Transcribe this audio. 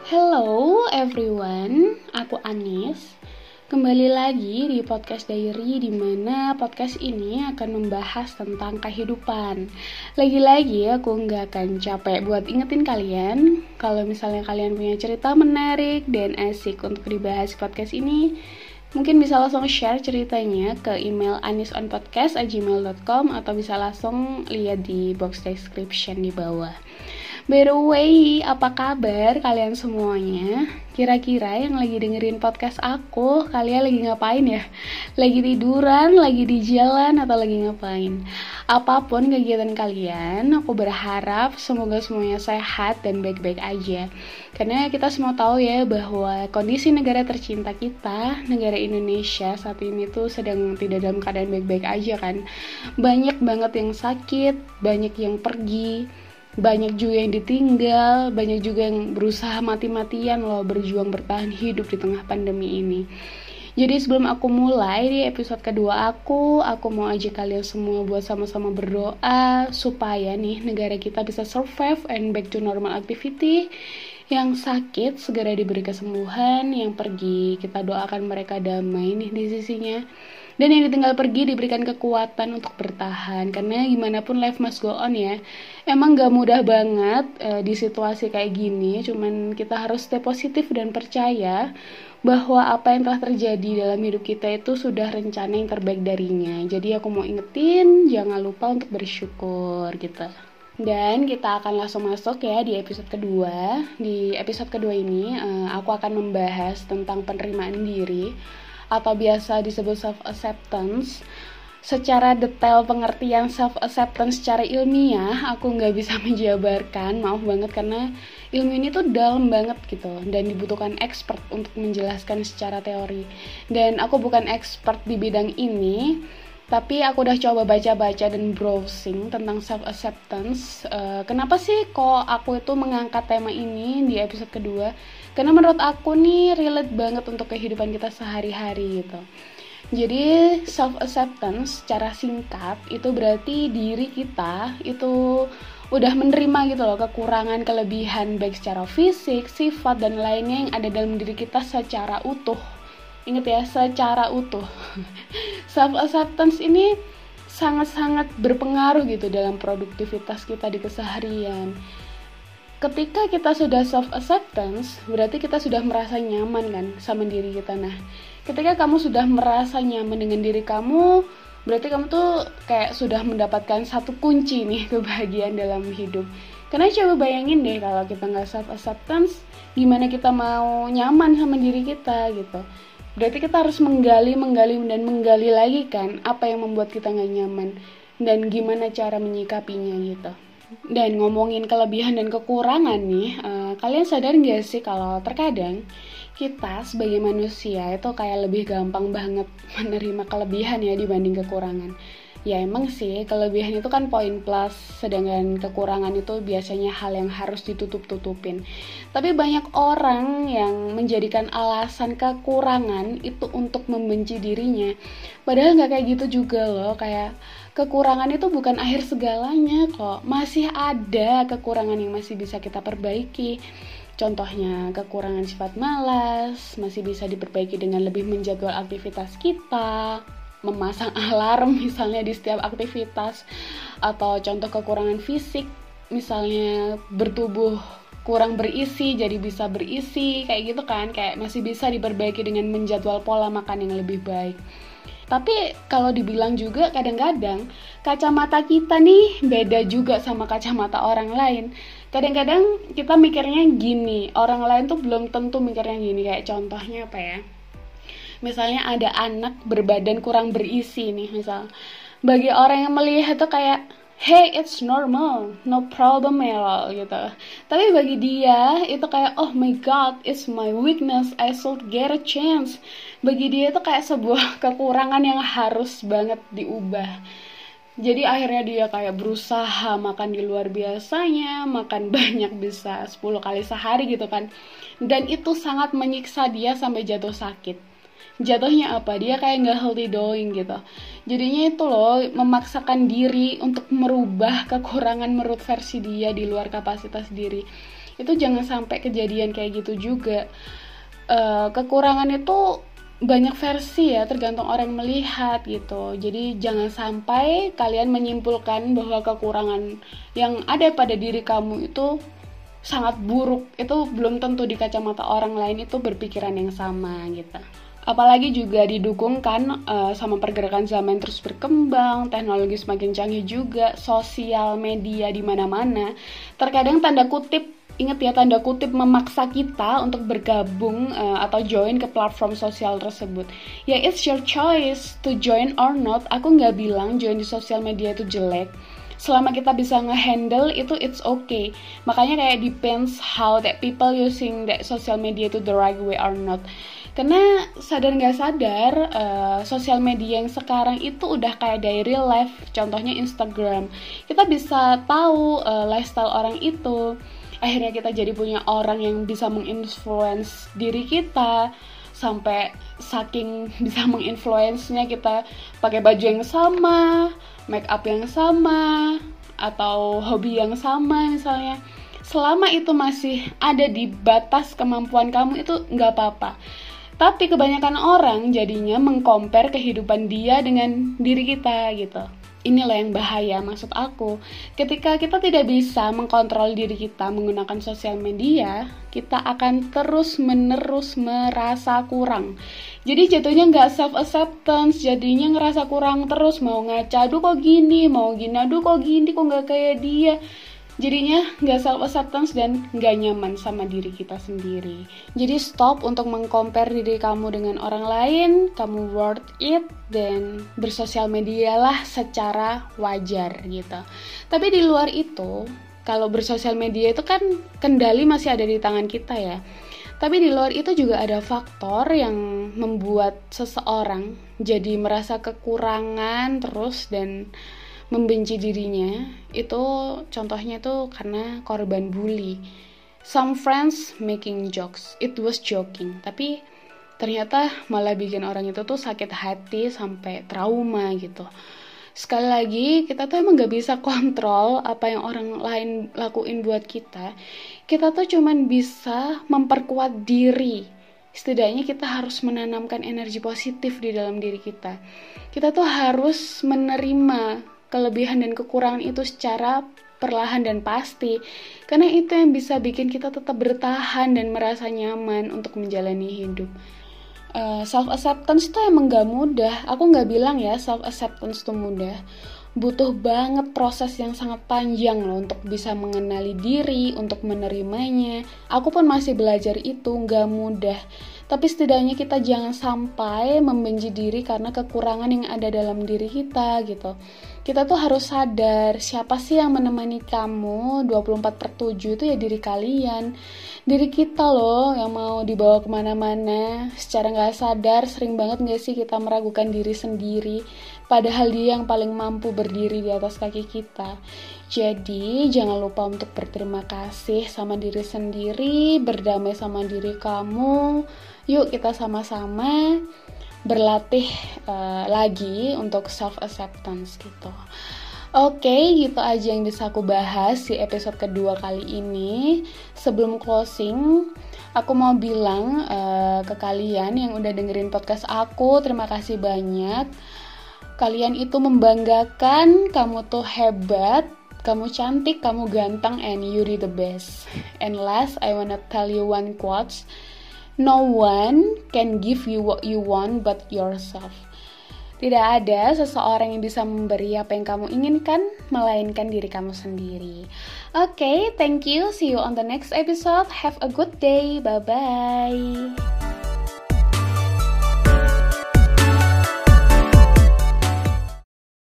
Hello everyone, aku Anis. Kembali lagi di podcast diary, di mana podcast ini akan membahas tentang kehidupan. Lagi-lagi aku nggak akan capek buat ingetin kalian kalau misalnya kalian punya cerita menarik dan asik untuk dibahas di podcast ini, mungkin bisa langsung share ceritanya ke email anisonpodcast@gmail.com atau bisa langsung lihat di box description di bawah. By the way, apa kabar kalian semuanya? Kira-kira yang lagi dengerin podcast aku, kalian lagi ngapain ya? Lagi tiduran, lagi di jalan, atau lagi ngapain? Apapun kegiatan kalian, aku berharap semoga semuanya sehat dan baik-baik aja. Karena kita semua tahu ya bahwa kondisi negara tercinta kita, negara Indonesia saat ini tuh sedang tidak dalam keadaan baik-baik aja kan. Banyak banget yang sakit, banyak yang pergi, banyak juga yang ditinggal, banyak juga yang berusaha mati-matian loh berjuang bertahan hidup di tengah pandemi ini. Jadi sebelum aku mulai di episode kedua aku mau ajak kalian semua buat sama-sama berdoa supaya nih negara kita bisa survive and back to normal activity. Yang sakit segera diberi kesembuhan, yang pergi kita doakan mereka damai nih di sisinya. Dan yang ditinggal pergi diberikan kekuatan untuk bertahan. Karena gimana pun life must go on ya. Emang gak mudah banget di situasi kayak gini. Cuman kita harus stay positif dan percaya bahwa apa yang telah terjadi dalam hidup kita itu sudah rencana yang terbaik darinya. Jadi aku mau ingetin, jangan lupa untuk bersyukur gitu. Dan kita akan langsung masuk ya di episode kedua. Di episode kedua ini aku akan membahas tentang penerimaan diri atau biasa disebut self-acceptance. Secara detail pengertian self-acceptance secara ilmiah aku nggak bisa menjabarkan, maaf banget karena ilmu ini tuh dalam banget gitu dan dibutuhkan expert untuk menjelaskan secara teori. Dan aku bukan expert di bidang ini, tapi aku udah coba baca-baca dan browsing tentang self-acceptance. Kenapa sih kok aku itu mengangkat tema ini di episode kedua? Karena menurut aku nih relate banget untuk kehidupan kita sehari-hari gitu. Jadi self-acceptance secara singkat itu berarti diri kita itu udah menerima gitu loh kekurangan, kelebihan baik secara fisik, sifat, dan lainnya yang ada dalam diri kita secara utuh. Ingat ya, secara utuh. Self-acceptance ini sangat-sangat berpengaruh gitu dalam produktivitas kita di keseharian. Ketika kita sudah self-acceptance, berarti kita sudah merasa nyaman kan sama diri kita. Nah, ketika kamu sudah merasa nyaman dengan diri kamu, berarti kamu tuh kayak sudah mendapatkan satu kunci nih kebahagiaan dalam hidup. Karena coba bayangin deh kalau kita nggak self-acceptance, gimana kita mau nyaman sama diri kita gitu. Berarti kita harus menggali lagi kan apa yang membuat kita nggak nyaman dan gimana cara menyikapinya gitu. Dan ngomongin kelebihan dan kekurangan nih, kalian sadar gak sih kalau terkadang kita sebagai manusia itu kayak lebih gampang banget menerima kelebihan ya dibanding kekurangan. Ya emang sih, kelebihan itu kan poin plus, sedangkan kekurangan itu biasanya hal yang harus ditutup-tutupin. Tapi banyak orang yang menjadikan alasan kekurangan itu untuk membenci dirinya. Padahal gak kayak gitu juga loh, kayak kekurangan itu bukan akhir segalanya kok. Masih ada kekurangan yang masih bisa kita perbaiki. Contohnya kekurangan sifat malas, masih bisa diperbaiki dengan lebih menjadwal aktivitas kita, memasang alarm misalnya di setiap aktivitas, atau contoh kekurangan fisik misalnya bertubuh kurang berisi jadi bisa berisi kayak gitu kan, kayak masih bisa diperbaiki dengan menjadwal pola makan yang lebih baik. Tapi kalau dibilang juga kadang-kadang kacamata kita nih beda juga sama kacamata orang lain. Kadang-kadang kita mikirnya gini, orang lain tuh belum tentu mikirnya gini. Kayak contohnya apa ya? Misalnya ada anak berbadan kurang berisi nih misal. Bagi orang yang melihat tuh kayak, hey, it's normal, no problem at all gitu. Tapi bagi dia itu kayak, oh my god, it's my weakness, I should get a chance. Bagi dia itu kayak sebuah kekurangan yang harus banget diubah. Jadi akhirnya dia kayak berusaha makan di luar biasanya, makan banyak bisa 10 kali sehari gitu kan. Dan itu sangat menyiksa dia sampai jatuh sakit. Jatuhnya apa? Dia kayak nggak healthy doing gitu. Jadinya itu loh, memaksakan diri untuk merubah kekurangan menurut versi dia di luar kapasitas diri. Itu jangan sampai kejadian kayak gitu juga. Kekurangan itu banyak versi ya, tergantung orang melihat gitu. Jadi jangan sampai kalian menyimpulkan bahwa kekurangan yang ada pada diri kamu itu sangat buruk. Itu belum tentu di kacamata orang lain itu berpikiran yang sama gitu. Apalagi juga didukung kan sama pergerakan zaman terus berkembang, teknologi semakin canggih juga, sosial media di mana-mana. Terkadang tanda kutip, ingat ya, tanda kutip memaksa kita untuk bergabung atau join ke platform sosial tersebut. Ya, it's your choice to join or not. Aku nggak bilang join di sosial media itu jelek. Selama kita bisa ngehandle itu, it's okay. Makanya kayak depends how that people using that social media to the right way or not. Karena sadar nggak sadar, sosial media yang sekarang itu udah kayak dari real life. Contohnya Instagram. Kita bisa tahu lifestyle orang itu. Akhirnya kita jadi punya orang yang bisa menginfluence diri kita. Sampai saking bisa menginfluence-nya, kita pakai baju yang sama, make up yang sama, atau hobi yang sama misalnya. Selama itu masih ada di batas kemampuan kamu, itu nggak apa-apa. Tapi kebanyakan orang jadinya mengcompare kehidupan dia dengan diri kita gitu. Inilah yang bahaya, maksud aku. Ketika kita tidak bisa mengkontrol diri kita menggunakan sosial media, kita akan terus-menerus merasa kurang. Jadi jatuhnya nggak self-acceptance, jadinya ngerasa kurang terus, mau ngaca, aduh kok gini, mau gini, aduh kok gini, kok nggak kayak dia. Jadinya nggak self-acceptance dan nggak nyaman sama diri kita sendiri. Jadi stop untuk meng-compare diri kamu dengan orang lain, kamu worth it, dan bersosial medialah secara wajar gitu. Tapi di luar itu, kalau bersosial media itu kan kendali masih ada di tangan kita ya. Tapi di luar itu juga ada faktor yang membuat seseorang jadi merasa kekurangan terus dan membenci dirinya. Itu contohnya tuh karena korban bully. Some friends making jokes, it was joking, tapi ternyata malah bikin orang itu tuh sakit hati sampai trauma gitu. Sekali lagi, kita tuh emang gak bisa kontrol apa yang orang lain lakuin buat kita. Kita tuh cuman bisa memperkuat diri. Setidaknya kita harus menanamkan energi positif di dalam diri kita. Kita tuh harus menerima kelebihan dan kekurangan itu secara perlahan dan pasti, karena itu yang bisa bikin kita tetap bertahan dan merasa nyaman untuk menjalani hidup. Self-acceptance itu emang gak mudah. Aku gak bilang ya self-acceptance itu mudah. Butuh banget proses yang sangat panjang loh untuk bisa mengenali diri, untuk menerimanya. Aku pun masih belajar itu, gak mudah. Tapi setidaknya kita jangan sampai membenci diri karena kekurangan yang ada dalam diri kita gitu. Kita tuh harus sadar siapa sih yang menemani kamu 24/7 itu ya diri kalian. Diri kita loh yang mau dibawa kemana-mana. Secara gak sadar sering banget gak sih kita meragukan diri sendiri. Padahal dia yang paling mampu berdiri di atas kaki kita. Jadi jangan lupa untuk berterima kasih sama diri sendiri, berdamai sama diri kamu. Yuk kita sama-sama berlatih lagi untuk self-acceptance gitu. Oke, gitu aja yang bisa aku bahas di episode kedua kali ini. Sebelum closing, aku mau bilang ke kalian yang udah dengerin podcast aku, terima kasih banyak. Kalian itu membanggakan, kamu tuh hebat, kamu cantik, kamu ganteng, and you the best. And last, I wanna tell you one quote. No one can give you what you want but yourself. Tidak ada seseorang yang bisa memberi apa yang kamu inginkan, melainkan diri kamu sendiri. Okay, thank you. See you on the next episode. Have a good day. Bye-bye.